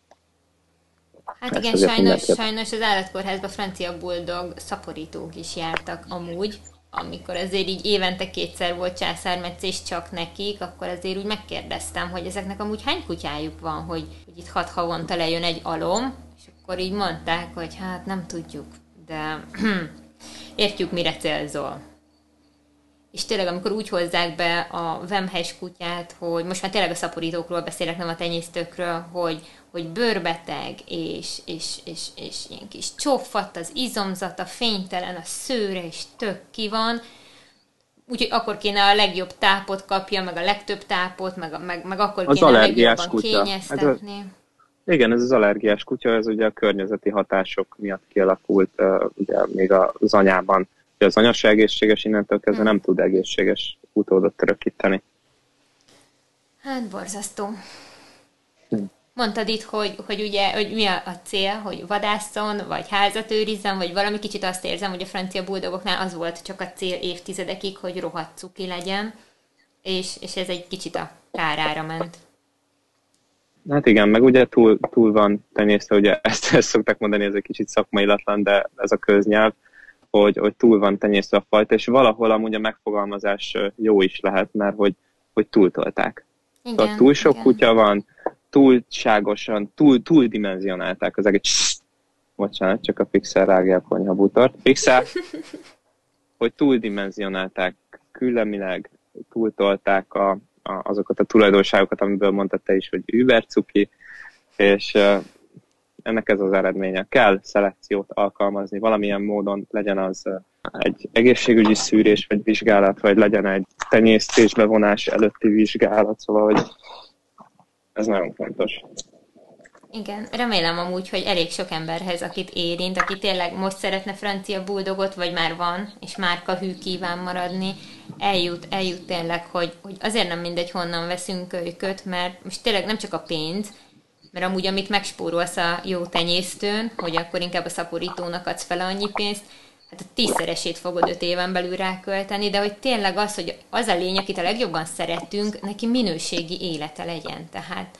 Hát igen, sajnos az állatkórházban francia bulldog szaporítók is jártak amúgy, amikor azért így évente 2-szer volt császármetszés csak nekik, akkor azért úgy megkérdeztem, hogy ezeknek amúgy hány kutyájuk van, hogy itt 6 havonta lejön egy alom, és akkor így mondták, hogy hát nem tudjuk, de értjük, mire célzol. És tényleg, amikor úgy hozzák be a vemhes kutyát, hogy most már tényleg a szaporítókról beszélek, nem a tenyésztőkről, hogy bőrbeteg, és ilyen kis csófatt az izomzata, fénytelen, a szőre, és tök ki van. Úgyhogy akkor kéne a legjobb tápot kapja, meg a legtöbb tápot, meg akkor az kéne a legjobban kényeztetni. Igen, ez az allergiás kutya, ez ugye a környezeti hatások miatt kialakult, ugye még az anyában. Az anya se egészséges, innentől kezdve nem tud egészséges utódot örökíteni. Hát borzasztó. Mondtad itt, hogy ugye, hogy mi a cél, hogy vadásszon, vagy házat őrizzen, vagy valami kicsit azt érzem, hogy a francia bulldogoknál az volt csak a cél évtizedekig, hogy rohadt cuki legyen, és ez egy kicsit a kárára ment. Hát igen, meg ugye túl van tenyésztve, ugye ezt szokták mondani, ez egy kicsit szakmailatlan, de ez a köznyelv, hogy túl van tenyésztve a fajta, és valahol amúgy a megfogalmazás jó is lehet, mert hogy túltolták. Igen, szóval túl sok kutya van, túlságosan, túldimenzionálták az egész. Bocsánat, csak a Pixel rágja a konyhabútort. Pixel! Hogy túldimenzionálták küllemileg, túltolták azokat a tulajdonságokat, amiből mondtad te is, hogy übercuki, és ennek ez az eredménye. Kell szelekciót alkalmazni, valamilyen módon legyen az egy egészségügyi szűrés vagy vizsgálat, vagy legyen egy tenyésztésbevonás előtti vizsgálat, szóval hogy ez nagyon fontos. Igen, remélem amúgy, hogy elég sok emberhez, akit érint, aki tényleg most szeretne francia bulldogot, vagy már van, és márka hű kíván maradni, eljut tényleg, hogy azért nem mindegy, honnan veszünk őket, mert most tényleg nem csak a pénz, mert amúgy amit megspórolsz a jó tenyésztőn, hogy akkor inkább a szaporítónak adsz fel annyi pénzt, hát a 10-szeresét fogod 5 éven belül rákölteni, de hogy tényleg az, hogy az a lény, akit a legjobban szeretünk, neki minőségi élete legyen, tehát...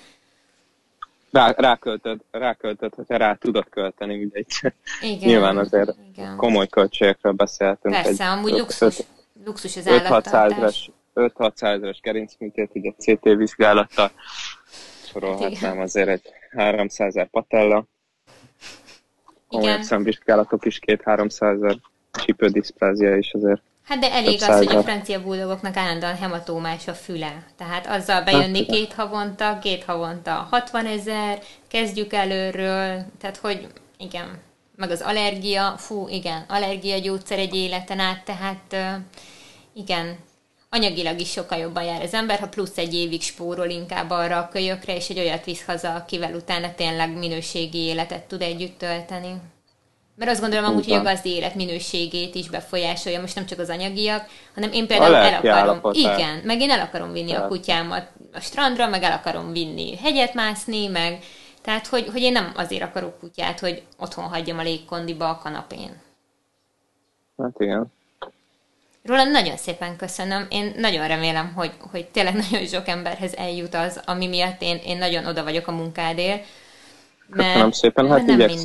Ráköltöd, hogyha rá tudod költeni, ugye igen, nyilván azért igen. Komoly költségekről beszéltünk. Persze, amúgy luxus az állattartás. 5-600 ezeres gerincműtét, ugye CT vizsgálattal sorolhatnám azért egy 300 000 patella. Olyan szemvizsgálatok is 200-300 000, csípődiszplázia is azért. Hát de elég az, hogy a francia bulldogoknak állandóan hematómás a füle. Tehát azzal bejönni 2 havonta 60 000, kezdjük előről, tehát hogy igen, meg az allergia, allergiagyógyszer egy életen át, tehát igen, anyagilag is sokkal jobban jár az ember, ha plusz egy évig spórol inkább arra a kölyökre, és egy olyat visz haza, akivel utána tényleg minőségi életet tud együtt tölteni. Mert azt gondolom amúgy, hogy a gazdi élet minőségét is befolyásolja, most nem csak az anyagiak, hanem én például én el akarom vinni a kutyámat a strandra, meg el akarom vinni hegyet mászni, meg tehát, hogy én nem azért akarok kutyát, hogy otthon hagyjam a légkondiba a kanapén. Hát igen. Roland, nagyon szépen köszönöm. Én nagyon remélem, hogy tényleg nagyon sok emberhez eljut az, ami miatt én nagyon oda vagyok a munkádért. Köszönöm szépen, hát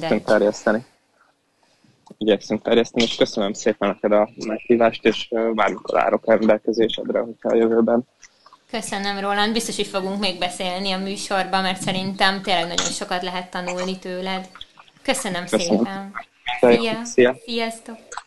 igyekszünk terjeszteni, és köszönöm szépen neked a meghívást, és bármikor állok rendelkezésedre, hogyha a jövőben. Köszönöm, Roland. Biztos, hogy fogunk még beszélni a műsorban, mert szerintem tényleg nagyon sokat lehet tanulni tőled. Köszönöm. Szépen. Szia. Sziasztok!